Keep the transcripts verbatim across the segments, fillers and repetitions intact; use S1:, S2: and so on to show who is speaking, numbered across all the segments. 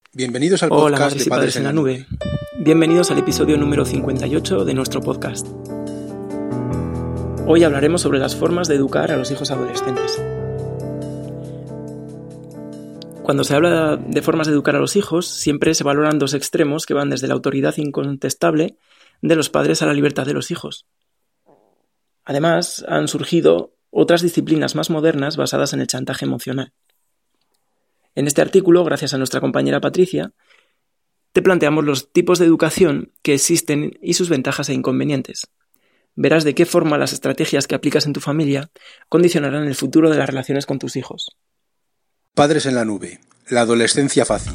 S1: Bienvenidos al
S2: Hola,
S1: podcast
S2: madres
S1: de
S2: y padres en la nube. Bienvenidos al episodio número cincuenta y ocho de nuestro podcast. Hoy hablaremos sobre las formas de educar a los hijos adolescentes. Cuando se habla de formas de educar a los hijos, siempre se valoran dos extremos que van desde la autoridad incontestable de los padres a la libertad de los hijos. Además, han surgido otras disciplinas más modernas basadas en el chantaje emocional. En este artículo, gracias a nuestra compañera Patricia, te planteamos los tipos de educación que existen y sus ventajas e inconvenientes. Verás de qué forma las estrategias que aplicas en tu familia condicionarán el futuro de las relaciones con tus hijos.
S1: Padres en la nube, la adolescencia fácil.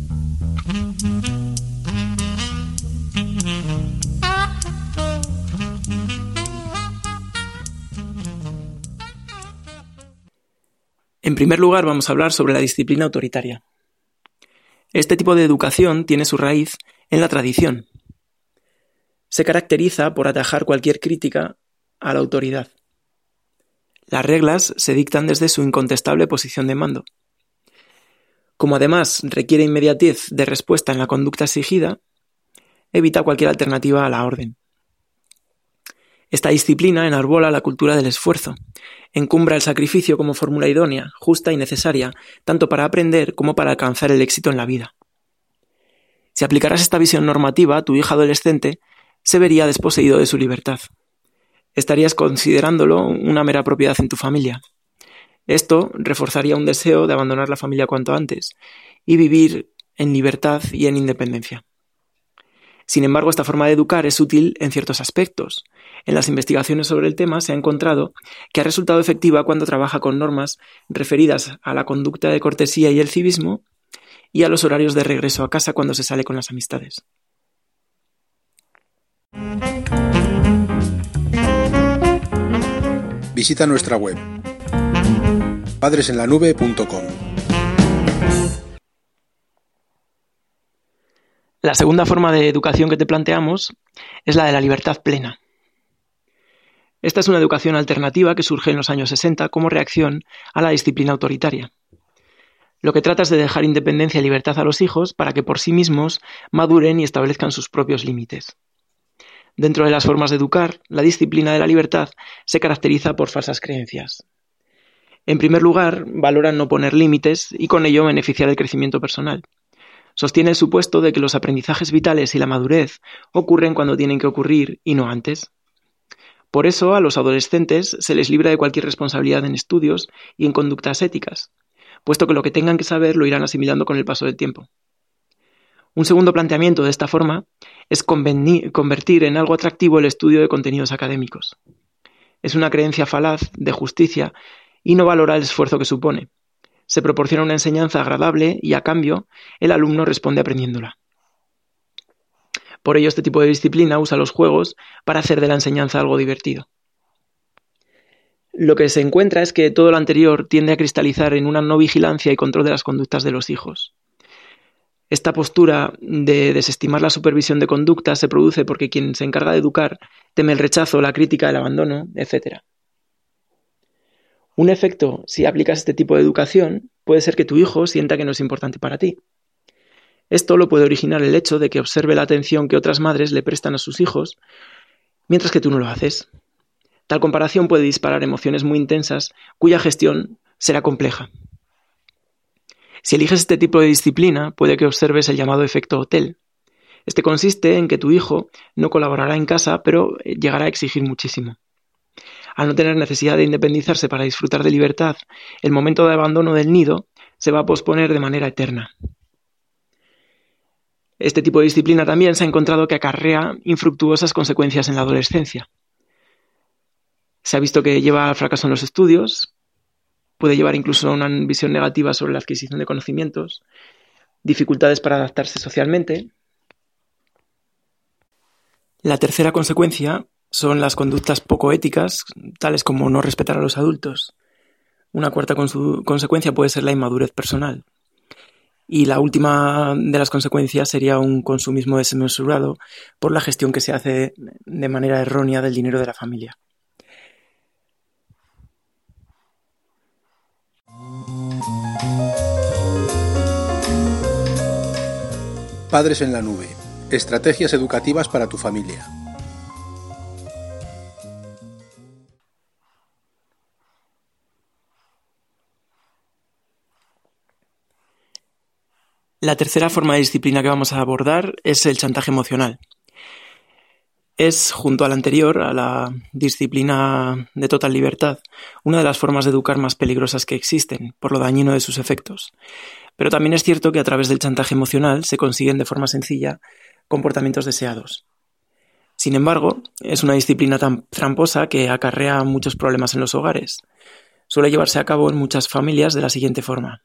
S2: En primer lugar, vamos a hablar sobre la disciplina autoritaria. Este tipo de educación tiene su raíz en la tradición. Se caracteriza por atajar cualquier crítica a la autoridad. Las reglas se dictan desde su incontestable posición de mando. Como además requiere inmediatez de respuesta en la conducta exigida, evita cualquier alternativa a la orden. Esta disciplina enarbola la cultura del esfuerzo, encumbra el sacrificio como fórmula idónea, justa y necesaria, tanto para aprender como para alcanzar el éxito en la vida. Si aplicaras esta visión normativa, tu hija adolescente se vería desposeído de su libertad. Estarías considerándolo una mera propiedad en tu familia. Esto reforzaría un deseo de abandonar la familia cuanto antes y vivir en libertad y en independencia. Sin embargo, esta forma de educar es útil en ciertos aspectos. En las investigaciones sobre el tema se ha encontrado que ha resultado efectiva cuando trabaja con normas referidas a la conducta de cortesía y el civismo y a los horarios de regreso a casa cuando se sale con las amistades.
S1: Visita nuestra web padres en la nube punto com.
S2: La segunda forma de educación que te planteamos es la de la libertad plena. Esta es una educación alternativa que surge en los años sesenta como reacción a la disciplina autoritaria. Lo que trata es de dejar independencia y libertad a los hijos para que por sí mismos maduren y establezcan sus propios límites. Dentro de las formas de educar, la disciplina de la libertad se caracteriza por falsas creencias. En primer lugar, valoran no poner límites y con ello beneficiar el crecimiento personal. Sostiene el supuesto de que los aprendizajes vitales y la madurez ocurren cuando tienen que ocurrir y no antes. Por eso, a los adolescentes se les libra de cualquier responsabilidad en estudios y en conductas éticas, puesto que lo que tengan que saber lo irán asimilando con el paso del tiempo. Un segundo planteamiento de esta forma es convertir en algo atractivo el estudio de contenidos académicos. Es una creencia falaz de justicia y no valora el esfuerzo que supone. Se proporciona una enseñanza agradable y, a cambio, el alumno responde aprendiéndola. Por ello, este tipo de disciplina usa los juegos para hacer de la enseñanza algo divertido. Lo que se encuentra es que todo lo anterior tiende a cristalizar en una no vigilancia y control de las conductas de los hijos. Esta postura de desestimar la supervisión de conducta se produce porque quien se encarga de educar teme el rechazo, la crítica, el abandono, etcétera. Un efecto, si aplicas este tipo de educación, puede ser que tu hijo sienta que no es importante para ti. Esto lo puede originar el hecho de que observe la atención que otras madres le prestan a sus hijos, mientras que tú no lo haces. Tal comparación puede disparar emociones muy intensas, cuya gestión será compleja. Si eliges este tipo de disciplina, puede que observes el llamado efecto hotel. Este consiste en que tu hijo no colaborará en casa, pero llegará a exigir muchísimo. Al no tener necesidad de independizarse para disfrutar de libertad, el momento de abandono del nido se va a posponer de manera eterna. Este tipo de disciplina también se ha encontrado que acarrea infructuosas consecuencias en la adolescencia. Se ha visto que lleva al fracaso en los estudios, puede llevar incluso a una visión negativa sobre la adquisición de conocimientos, dificultades para adaptarse socialmente. La tercera consecuencia son las conductas poco éticas, tales como no respetar a los adultos. Una cuarta cons- consecuencia puede ser la inmadurez personal. Y la última de las consecuencias sería un consumismo desmesurado por la gestión que se hace de manera errónea del dinero de la familia.
S1: Padres en la nube. Estrategias educativas para tu familia.
S2: La tercera forma de disciplina que vamos a abordar es el chantaje emocional. Es, junto a la anterior, a la disciplina de total libertad, una de las formas de educar más peligrosas que existen, por lo dañino de sus efectos. Pero también es cierto que a través del chantaje emocional se consiguen de forma sencilla comportamientos deseados. Sin embargo, es una disciplina tan tramposa que acarrea muchos problemas en los hogares. Suele llevarse a cabo en muchas familias de la siguiente forma.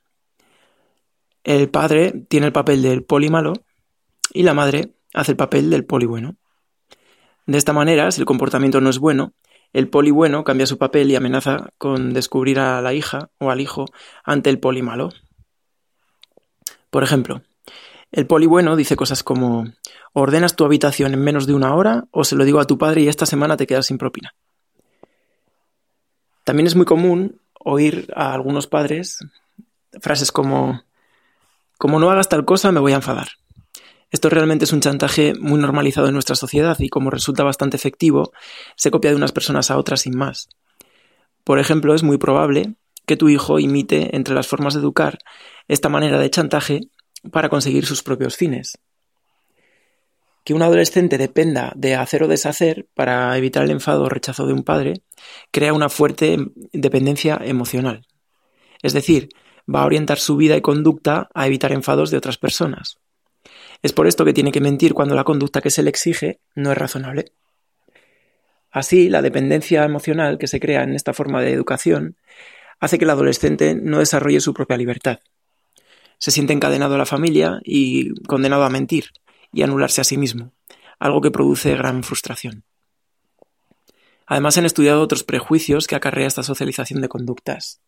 S2: El padre tiene el papel del poli malo y la madre hace el papel del poli bueno. De esta manera, si el comportamiento no es bueno, el poli bueno cambia su papel y amenaza con descubrir a la hija o al hijo ante el poli malo. Por ejemplo, el poli bueno dice cosas como: ordenas tu habitación en menos de una hora o se lo digo a tu padre y esta semana te quedas sin propina. También es muy común oír a algunos padres frases como: como no hagas tal cosa me voy a enfadar. Esto realmente es un chantaje muy normalizado en nuestra sociedad y, como resulta bastante efectivo, se copia de unas personas a otras sin más. Por ejemplo, es muy probable que tu hijo imite entre las formas de educar esta manera de chantaje para conseguir sus propios fines. Que un adolescente dependa de hacer o deshacer para evitar el enfado o rechazo de un padre crea una fuerte dependencia emocional. Es decir, va a orientar su vida y conducta a evitar enfados de otras personas. Es por esto que tiene que mentir cuando la conducta que se le exige no es razonable. Así, la dependencia emocional que se crea en esta forma de educación hace que el adolescente no desarrolle su propia libertad. Se siente encadenado a la familia y condenado a mentir y anularse a sí mismo, algo que produce gran frustración. Además, se han estudiado otros prejuicios que acarrea esta socialización de conductas.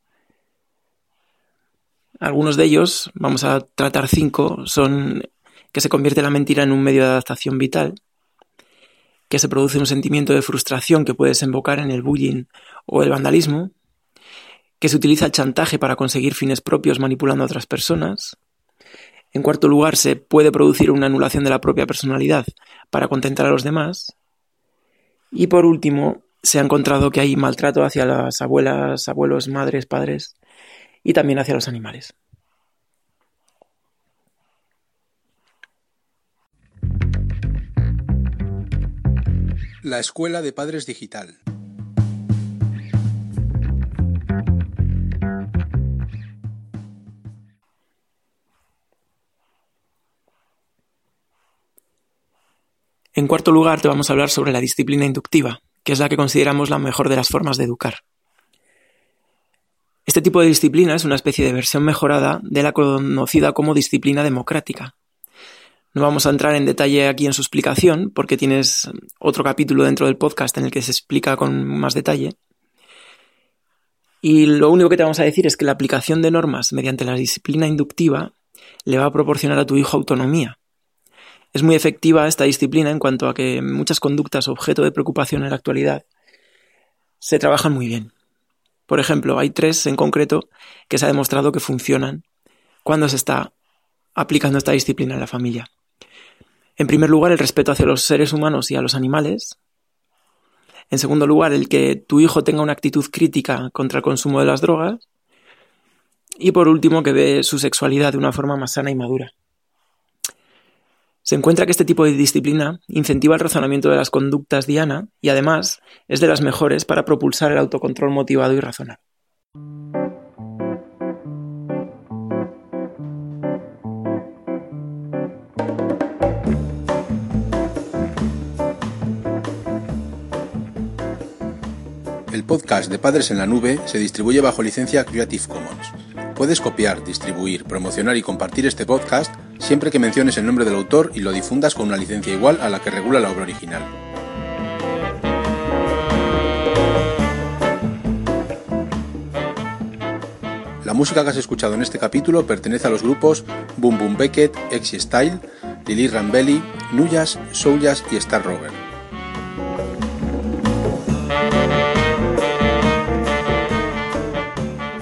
S2: Algunos de ellos, vamos a tratar cinco, son que se convierte la mentira en un medio de adaptación vital, que se produce un sentimiento de frustración que puede desembocar en el bullying o el vandalismo, que se utiliza el chantaje para conseguir fines propios manipulando a otras personas. En cuarto lugar, se puede producir una anulación de la propia personalidad para contentar a los demás. Y por último, se ha encontrado que hay maltrato hacia las abuelas, abuelos, madres, padres y también hacia los animales.
S1: La Escuela de Padres Digital.
S2: En cuarto lugar, te vamos a hablar sobre la disciplina inductiva, que es la que consideramos la mejor de las formas de educar. Este tipo de disciplina es una especie de versión mejorada de la conocida como disciplina democrática. No vamos a entrar en detalle aquí en su explicación, porque tienes otro capítulo dentro del podcast en el que se explica con más detalle. Y lo único que te vamos a decir es que la aplicación de normas mediante la disciplina inductiva le va a proporcionar a tu hijo autonomía. Es muy efectiva esta disciplina en cuanto a que muchas conductas objeto de preocupación en la actualidad se trabajan muy bien. Por ejemplo, hay tres en concreto que se ha demostrado que funcionan cuando se está aplicando esta disciplina en la familia. En primer lugar, el respeto hacia los seres humanos y a los animales. En segundo lugar, el que tu hijo tenga una actitud crítica contra el consumo de las drogas. Y por último, que ve su sexualidad de una forma más sana y madura. Se encuentra que este tipo de disciplina incentiva el razonamiento de las conductas diana y además es de las mejores para propulsar el autocontrol motivado y razonado.
S1: El podcast de Padres en la Nube se distribuye bajo licencia Creative Commons. Puedes copiar, distribuir, promocionar y compartir este podcast siempre que menciones el nombre del autor y lo difundas con una licencia igual a la que regula la obra original. La música que has escuchado en este capítulo pertenece a los grupos Boom Boom Beckett, Exy Style, Lili Rambelli, Nuyas, Souljas y Star Rover.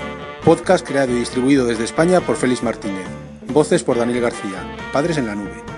S1: Podcast creado y distribuido desde España por Félix Martínez. Voces por Daniel García. Padres en la Nube.